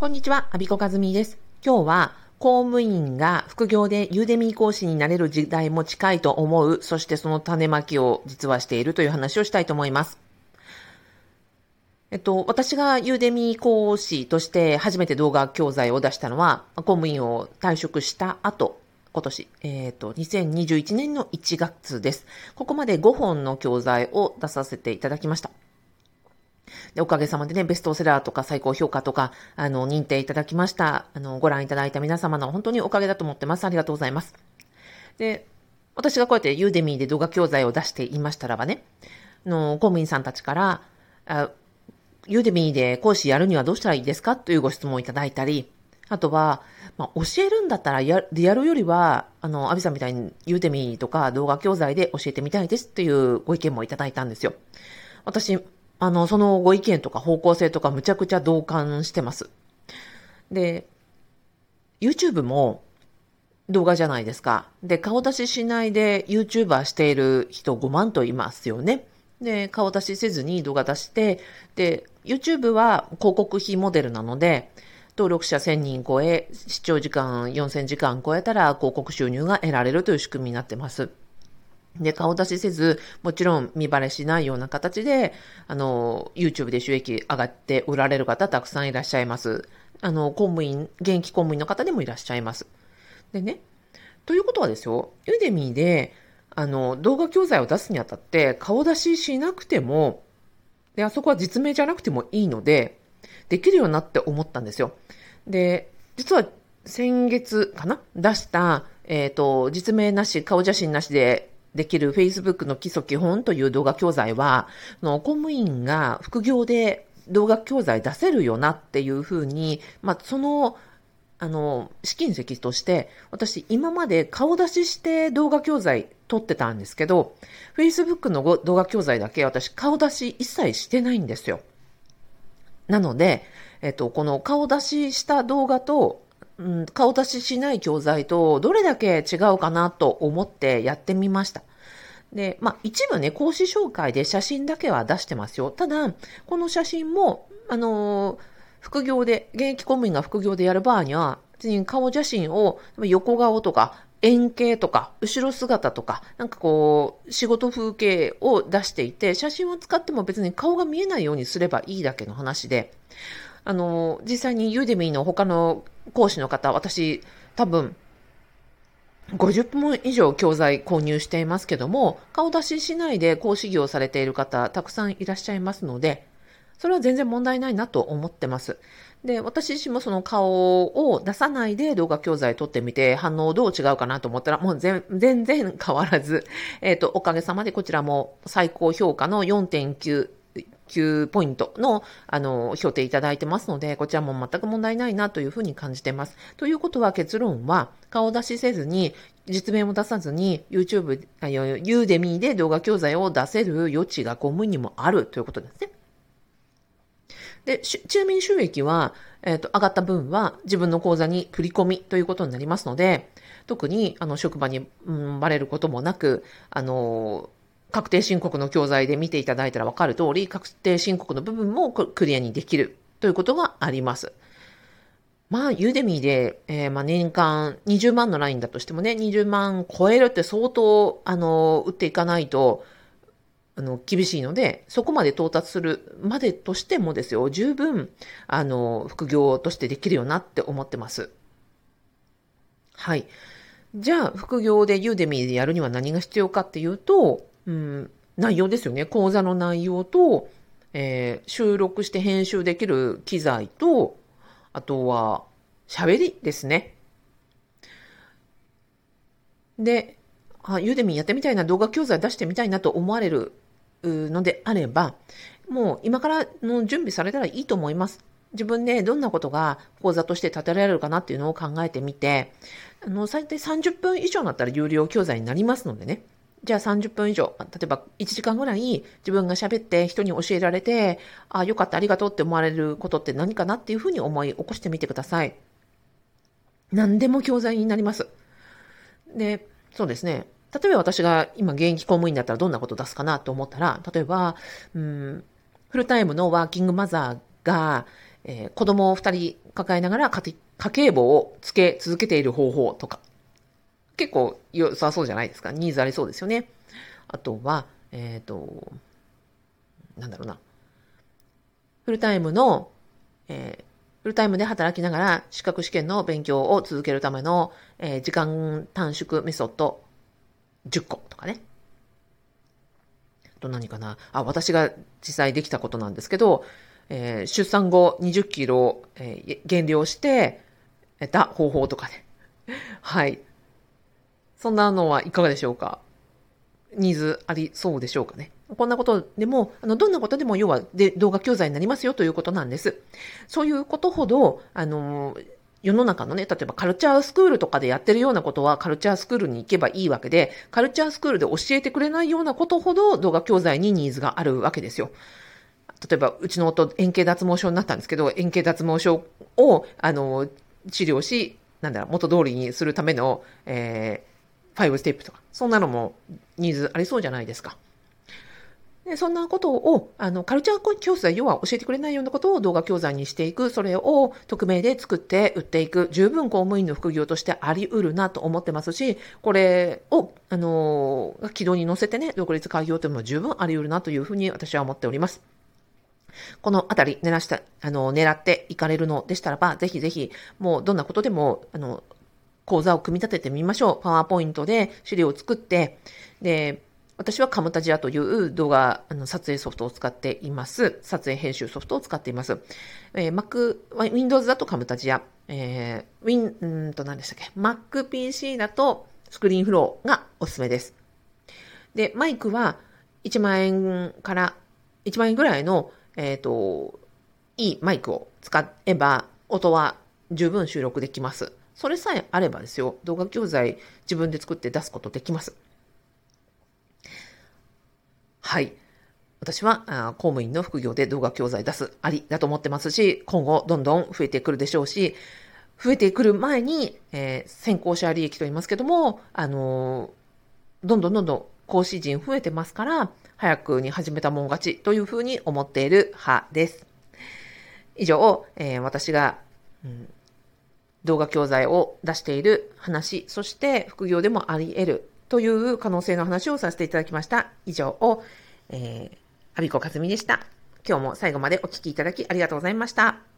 こんにちは、アビコカズミです。今日は公務員が副業でユーデミー講師になれる時代も近いと思う、そしてその種まきを実はしているという話をしたいと思います。私がユーデミー講師として初めて動画教材を出したのは、公務員を退職した後、今年、2021年の1月です。ここまで5本の教材を出させていただきました。で、おかげさまでね、ベストセラーとか最高評価とか、認定いただきました。ご覧いただいた皆様の本当におかげだと思ってます。ありがとうございます。で、私がこうやってユーデミーで動画教材を出していましたらばね、公務員さんたちから、ユーデミーで講師やるにはどうしたらいいですかというご質問をいただいたり、あとは、教えるんだったらやるよりは、アビさんみたいにユーデミーとか動画教材で教えてみたいですっていうご意見もいただいたんですよ。私、そのご意見とか方向性とかむちゃくちゃ同感してます。で、YouTube も動画じゃないですか。で、顔出ししないで YouTuber している人5万といますよね。で、顔出しせずに動画出して、で、YouTube は広告費モデルなので、登録者1000人超え、視聴時間4000時間超えたら広告収入が得られるという仕組みになってます。で、顔出しせず、もちろん見バレしないような形で、YouTube で収益上がっておられる方たくさんいらっしゃいます。公務員、現役公務員の方でもいらっしゃいます。でね、ということはですよ、ユーデミーで、動画教材を出すにあたって、顔出ししなくても、で、あそこは実名じゃなくてもいいので、できるようになって思ったんですよ。で、実は先月かな出した、実名なし、顔写真なしで、できる Facebook の基礎基本という動画教材は、公務員が副業で動画教材出せるよなっていうふうに、その、試金石として、私今まで顔出しして動画教材撮ってたんですけど、Facebook の動画教材だけ私顔出し一切してないんですよ。なので、この顔出しした動画と、顔出ししない教材とどれだけ違うかなと思ってやってみました。で、一部ね、講師紹介で写真だけは出してますよ。ただ、この写真も、副業で、現役公務員が副業でやる場合には、別に顔写真を横顔とか、円形とか、後ろ姿とか、仕事風景を出していて、写真を使っても別に顔が見えないようにすればいいだけの話で、実際にユーデミーの他の講師の方、私、多分、50本以上教材購入していますけども、顔出ししないで講師業をされている方、たくさんいらっしゃいますので、それは全然問題ないなと思ってます。で、私自身もその顔を出さないで動画教材撮ってみて、反応どう違うかなと思ったら、もう全然変わらず、おかげさまでこちらも最高評価の4.9、9ポイントの、評定いただいてますので、こちらも全く問題ないなというふうに感じてます。ということは結論は、顔出しせずに、実名も出さずに、YouTube、ユーデミーで動画教材を出せる余地が公務員にもあるということですね。で、ちなみに収益は、上がった分は自分の口座に振り込みということになりますので、特に、職場に、バレることもなく、確定申告の教材で見ていただいたら分かる通り、確定申告の部分もクリアにできるということがあります。ユーデミーで、年間20万のラインだとしてもね、20万超えるって相当、打っていかないと、厳しいので、そこまで到達するまでとしてもですよ、十分、副業としてできるよなって思ってます。はい。じゃあ、副業でユーデミーでやるには何が必要かっていうと、内容ですよね。講座の内容と、収録して編集できる機材と、あとは、喋りですね。で、ユーデミーやってみたいな、動画教材出してみたいなと思われるのであれば、もう今からの準備されたらいいと思います。自分でどんなことが講座として立てられるかなっていうのを考えてみて、最低30分以上になったら有料教材になりますのでね。じゃあ30分以上、例えば1時間ぐらい自分が喋って人に教えられて、よかった、ありがとうって思われることって何かなっていうふうに思い起こしてみてください。何でも教材になります。で、そうですね。例えば私が今現役公務員だったらどんなことを出すかなと思ったら、例えば、フルタイムのワーキングマザーが、子供を2人抱えながら家計簿をつけ続けている方法とか、結構良さそうじゃないですか。ニーズありそうですよね。あとは、なんだろうな。フルタイムで働きながら資格試験の勉強を続けるための、時間短縮メソッド10個とかね。あと何かな。私が実際できたことなんですけど、出産後20キロ、減量してた方法とかね。はい。そんなのはいかがでしょうか。ニーズありそうでしょうかね。こんなことでも、どんなことでも要は動画教材になりますよということなんです。そういうことほど、世の中のね、例えばカルチャースクールとかでやってるようなことはカルチャースクールに行けばいいわけで、カルチャースクールで教えてくれないようなことほど動画教材にニーズがあるわけですよ。例えば、うちの夫、円形脱毛症になったんですけど、円形脱毛症を、治療し、元通りにするための、5ステップとか、そんなのもニーズありそうじゃないですか。でそんなことを、カルチャー教材、要は教えてくれないようなことを動画教材にしていく、それを匿名で作って売っていく、十分公務員の副業としてあり得るなと思ってますし、これを、軌道に乗せてね、独立開業というのも十分あり得るなというふうに私は思っております。このあたり狙っていかれるのでしたらば、ぜひぜひ、もうどんなことでも、講座を組み立ててみましょう。パワーポイントで資料を作って、で、私はカムタジアという動画撮影ソフトを使っています。撮影編集ソフトを使っています。Windows だとカムタジア、何でしたっけ Mac PC だとスクリーンフローがおすすめです。で、マイクは1万円から1万円ぐらいの、いいマイクを使えば音は十分収録できます。それさえあればですよ、動画教材自分で作って出すことできます。はい。私は公務員の副業で動画教材出すありだと思ってますし、今後どんどん増えてくるでしょうし、増えてくる前に、先行者利益と言いますけども、どんどん講師陣増えてますから、早くに始めたもん勝ちというふうに思っている派です。以上、私が、動画教材を出している話、そして副業でもあり得るという可能性の話をさせていただきました。以上、阿比子和美でした。今日も最後までお聞きいただきありがとうございました。